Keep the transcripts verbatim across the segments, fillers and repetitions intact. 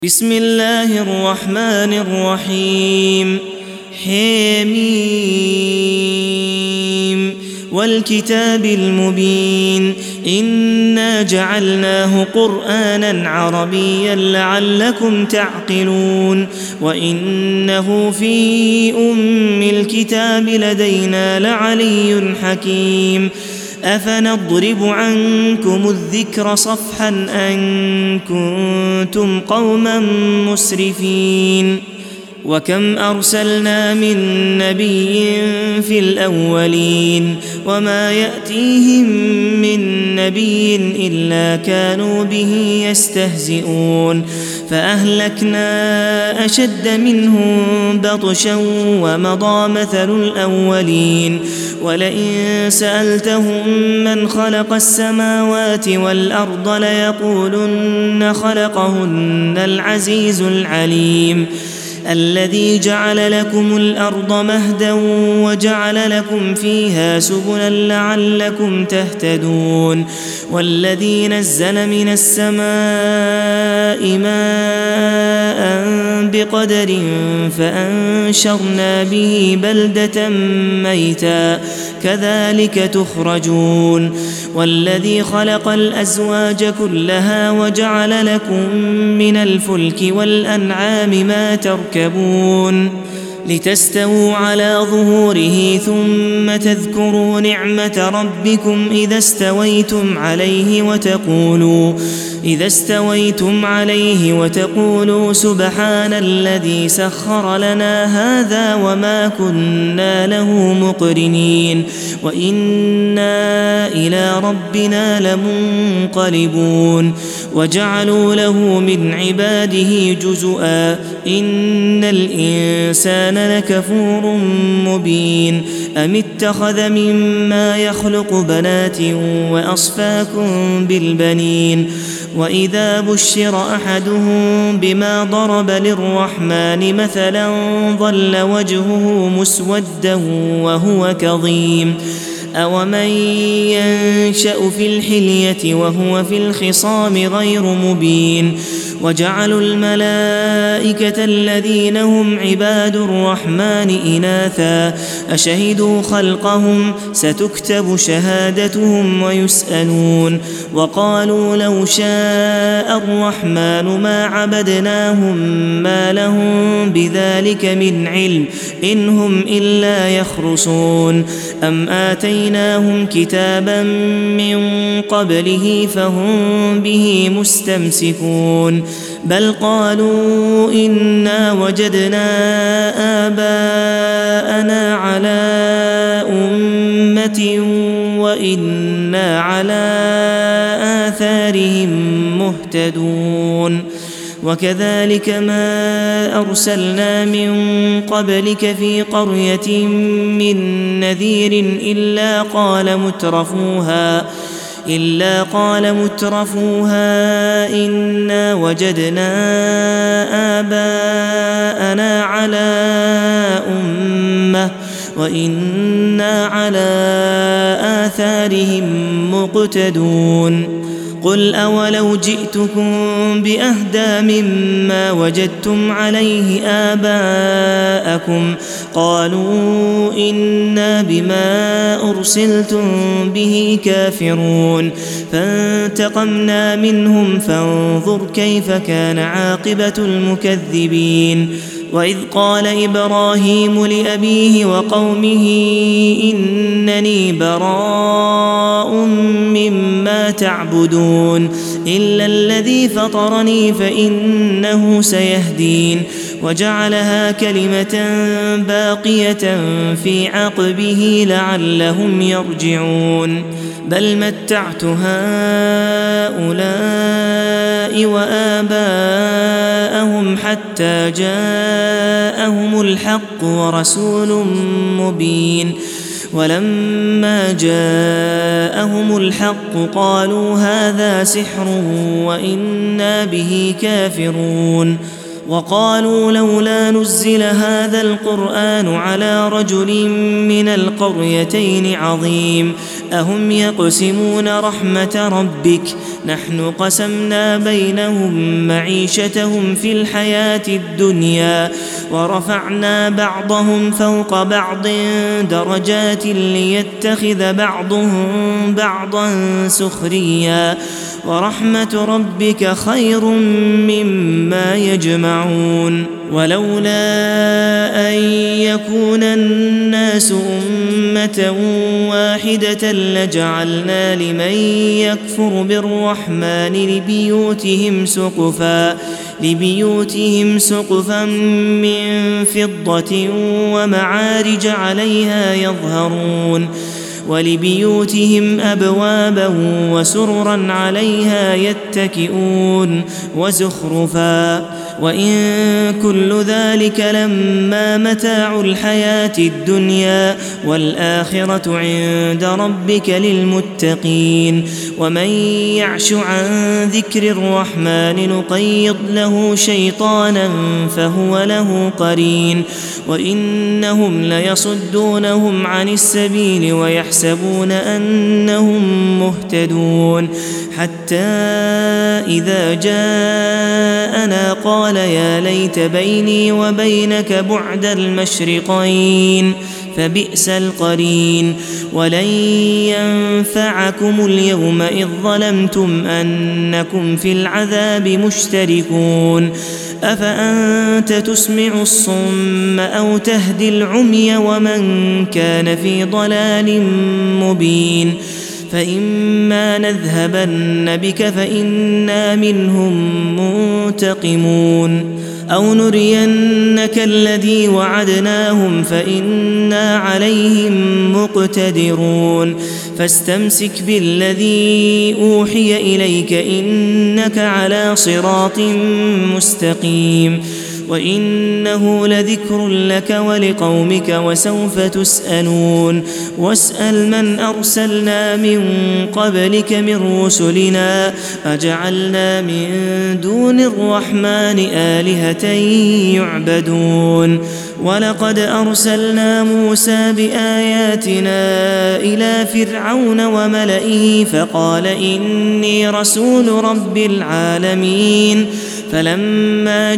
بسم الله الرحمن الرحيم حميم والكتاب المبين إنا جعلناه قرآنا عربيا لعلكم تعقلون وإنه في أم الكتاب لدينا لعلي حكيم أفنضرب عنكم الذكر صفحا أن كنتم قوما مسرفين وكم أرسلنا من نبي في الأولين وما يأتيهم من نبي إلا كانوا به يستهزئون فأهلكنا أشد منهم بطشا ومضى مثل الأولين ولئن سألتهم من خلق السماوات والأرض ليقولن خلقهن العزيز العليم الذي جعل لكم الأرض مهدا وجعل لكم فيها سبلا لعلكم تهتدون والذي نزل من السماء ماء بقدر فأنشرنا به بلدة ميتا كذلك تخرجون والذي خلق الأزواج كلها وجعل لكم من الفلك والأنعام ما تركبون لتستووا على ظهوره ثم تذكروا نعمة ربكم إذا استويتم عليه وتقولوا إذا استويتم عليه وتقولوا سبحان الذي سخر لنا هذا وما كنا له مقرنين وإنا إلى ربنا لمنقلبون وجعلوا له من عباده جزءا إن الإنسان لكفور مبين أم اتخذ مما يخلق بنات وأصفاكم بالبنين وإذا بشر أحدهم بما ضرب للرحمن مثلا ظل وجهه مسودا وهو كظيم أومن ينشأ في الحلية وهو في الخصام غير مبين وجعلوا الملائكة الذين هم عباد الرحمن إناثا أشهدوا خلقهم ستكتب شهادتهم ويسألون وقالوا لو شاء الرحمن ما عبدناهم ما لهم بذلك من علم إن هم إلا يخرصون أم آتيناهم كتابا من قبله فهم به مستمسكون بل قالوا إنا وجدنا آباءنا على أمة وإنا على آثارهم مهتدون وكذلك ما أرسلنا من قبلك في قرية من نذير إلا قال مترفوها إلا قال مترفوها إنا وجدنا آباءنا على أمة وإنا على آثارهم مقتدون قل أولو جئتكم بأهدى مما وجدتم عليه آباءكم قالوا إنا بما أرسلتم به كافرون فانتقمنا منهم فانظر كيف كان عاقبة المكذبين وإذ قال إبراهيم لأبيه وقومه إنني براء مما تعبدون إلا الذي فطرني فإنه سيهدين وجعلها كلمة باقية في عقبه لعلهم يرجعون بل متعت هؤلاء وآباءهم حتى جاءهم الحق ورسول مبين ولما جاءهم الحق قالوا هذا سحر وإنا به كافرون وقالوا لولا نزل هذا القرآن على رجل من القريتين عظيم أهم يقسمون رحمة ربك نحن قسمنا بينهم معيشتهم في الحياة الدنيا ورفعنا بعضهم فوق بعض درجات ليتخذ بعضهم بعضا سخريا ورحمة ربك خير مما يجمعون ولولا أن يكون الناس أمة واحدة لجعلنا لمن يكفر بالرحمن لبيوتهم سقفا لبيوتهم سقفا من فضة ومعارج عليها يظهرون ولبيوتهم أبوابا وسررا عليها يتكئون وزخرفا وإن كل ذلك لما متاع الحياة الدنيا والآخرة عند ربك للمتقين ومن يعش عن ذكر الرحمن نقيض له شيطانا فهو له قرين وإنهم ليصدونهم عن السبيل ويحسبون أنهم مهتدون حتى إذا جاءنا قال يا ليت بيني وبينك بعد المشرقين فبئس القرين ولن ينفعكم اليوم إذ ظلمتم أنكم في العذاب مشتركون أفأنت تسمع الصم أو تهدي العمي ومن كان في ضلال مبين فإما نذهبن بك فإنا منهم منتقمون أو نرينك الذي وعدناهم فإنا عليهم مقتدرون فاستمسك بالذي أوحي إليك إنك على صراط مستقيم وإنه لذكر لك ولقومك وسوف تسألون واسأل من أرسلنا من قبلك من رسلنا أجعلنا من دون الرحمن آلهة يعبدون ولقد أرسلنا موسى بآياتنا إلى فرعون وملئه فقال إني رسول رب العالمين فلما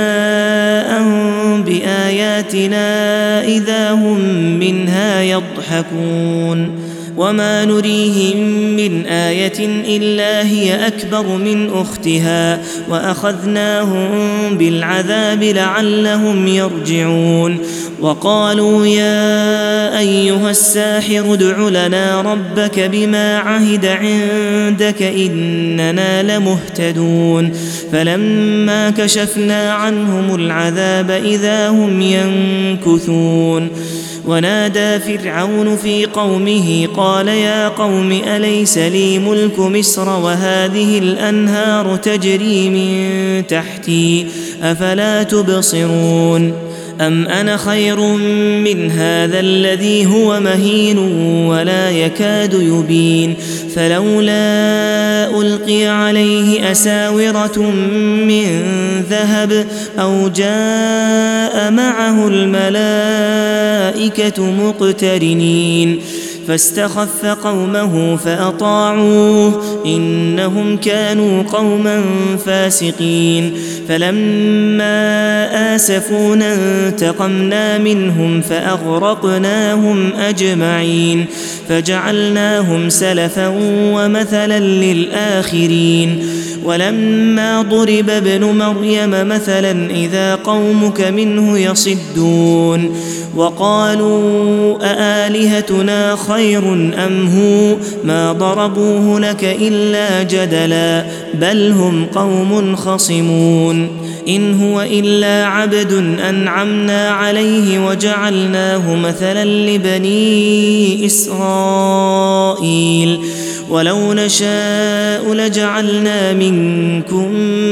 جاءهم بآياتنا إذا هم منها يضحكون وما نريهم من آية إلا هي أكبر من أختها وأخذناهم بالعذاب لعلهم يرجعون وقالوا يا أيها الساحر ادع لنا ربك بما عهد عندك إننا لمهتدون فلما كشفنا عنهم العذاب إذا هم ينكثون ونادى فرعون في قومه قال يا قوم أليس لي ملك مصر وهذه الأنهار تجري من تحتي أفلا تبصرون أم أنا خير من هذا الذي هو مهين ولا يكاد يبين فلولا ألقي عليه أساورة من ذهب أو جاء معه الملائكة مقترنين فاستخف قومه فأطاعوه إنهم كانوا قوما فاسقين فلما آسفونا انتقمنا منهم فأغرقناهم أجمعين فجعلناهم سلفا ومثلا للآخرين ولما ضرب ابن مريم مثلا إذا قومك منه يصدون وقالوا أآلهتنا خير أم هو ما ضربوه لك إلا جدلا بل هم قوم خصمون إن هو إلا عبد أنعمنا عليه وجعلناه مثلا لبني إسرائيل ولو نشاء لجعلنا منكم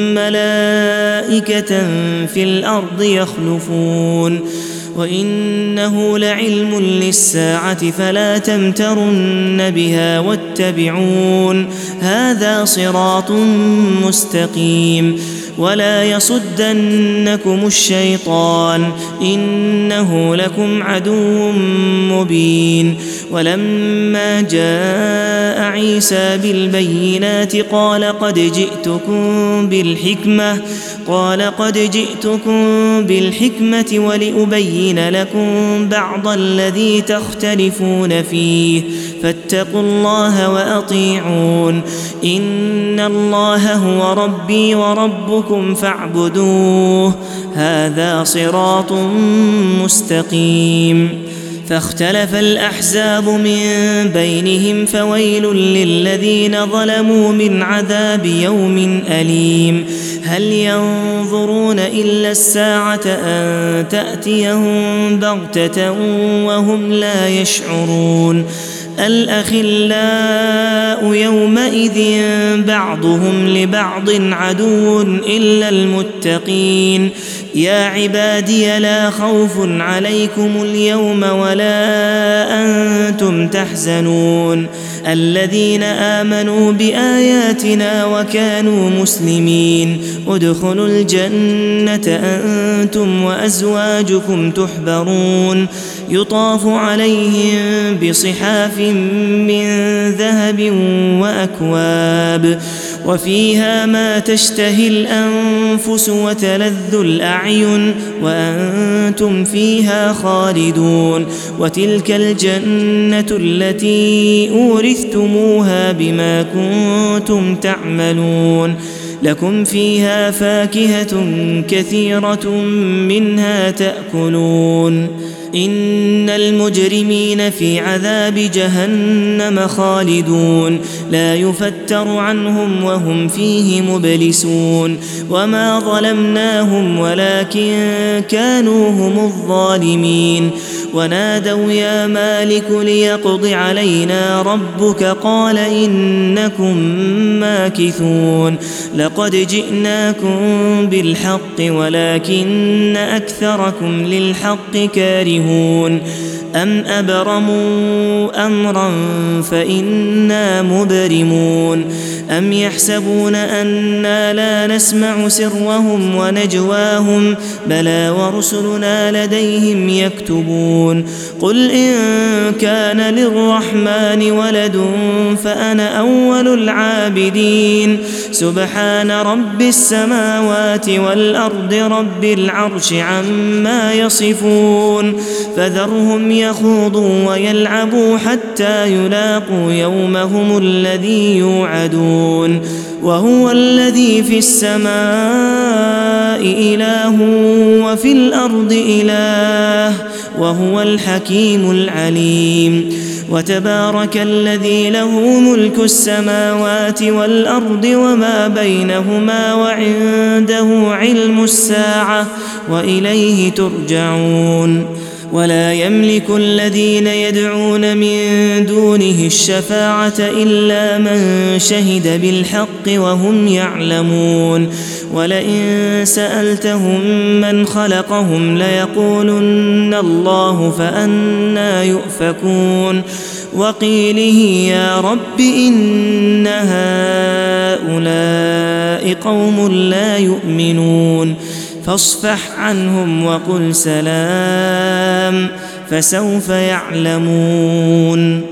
ملائكة في الأرض يخلفون وإنه لعلم للساعة فلا تمترن بها واتبعون هذا صراط مستقيم ولا يصدنكم الشيطان إنه لكم عدو مبين. ولما جاء عيسى بالبينات قال قد جئتكم بالحكمة قال قد جئتكم بالحكمة ولأبين لكم بعض الذي تختلفون فيه فاتقوا الله وأطيعون إن الله هو ربي وربكم فاعبدوه هذا صراط مستقيم. فاختلف الأحزاب من بينهم فويل للذين ظلموا من عذاب يوم أليم. هل ينظرون إلا الساعة أن تأتيهم بغتة وهم لا يشعرون الأخلاء يومئذ بعضهم لبعض عدو إلا المتقين. يا عبادي لا خوف عليكم اليوم ولا أنتم تحزنون الذين آمنوا بآياتنا وكانوا مسلمين ادخلوا الجنة أنتم وأزواجكم تحبرون يطاف عليهم بصحاف من ذهب وأكواب وفيها ما تشتهي الأنفس وتلذ الأعين وأنتم فيها خالدون وتلك الجنة التي أورثتموها بما كنتم تعملون لكم فيها فاكهة كثيرة منها تأكلون إن المجرمين في عذاب جهنم خالدون لا يفتر عنهم وهم فيه مبلسون وما ظلمناهم ولكن كانوا هم الظالمين. ونادوا يا مالك ليقض علينا ربك قال إنكم ماكثون لقد جئناكم بالحق ولكن أكثركم للحق كارهون أم أبرموا أمرا فإنا مبرمون أم يحسبون أنا لا نسمع سرهم ونجواهم بلى ورسلنا لديهم يكتبون قل إن كان للرحمن ولد فأنا أول العابدين سبحان رب السماوات والأرض رب العرش عما يصفون فذرهم يخوضوا ويلعبوا حتى يلاقوا يومهم الذي يوعدون وهو الذي في السماء إله وفي الأرض إله وهو الحكيم العليم. وتبارك الذي له ملك السماوات والأرض وما بينهما وعنده علم الساعة وإليه ترجعون. ولا يملك الذين يدعون من دونه الشفاعة إلا من شهد بالحق وهم يعلمون ولئن سألتهم من خلقهم ليقولن الله فأنى يؤفكون وقيله يا رب إن هؤلاء قوم لا يؤمنون فاصفح عنهم وقل سلام فسوف يعلمون.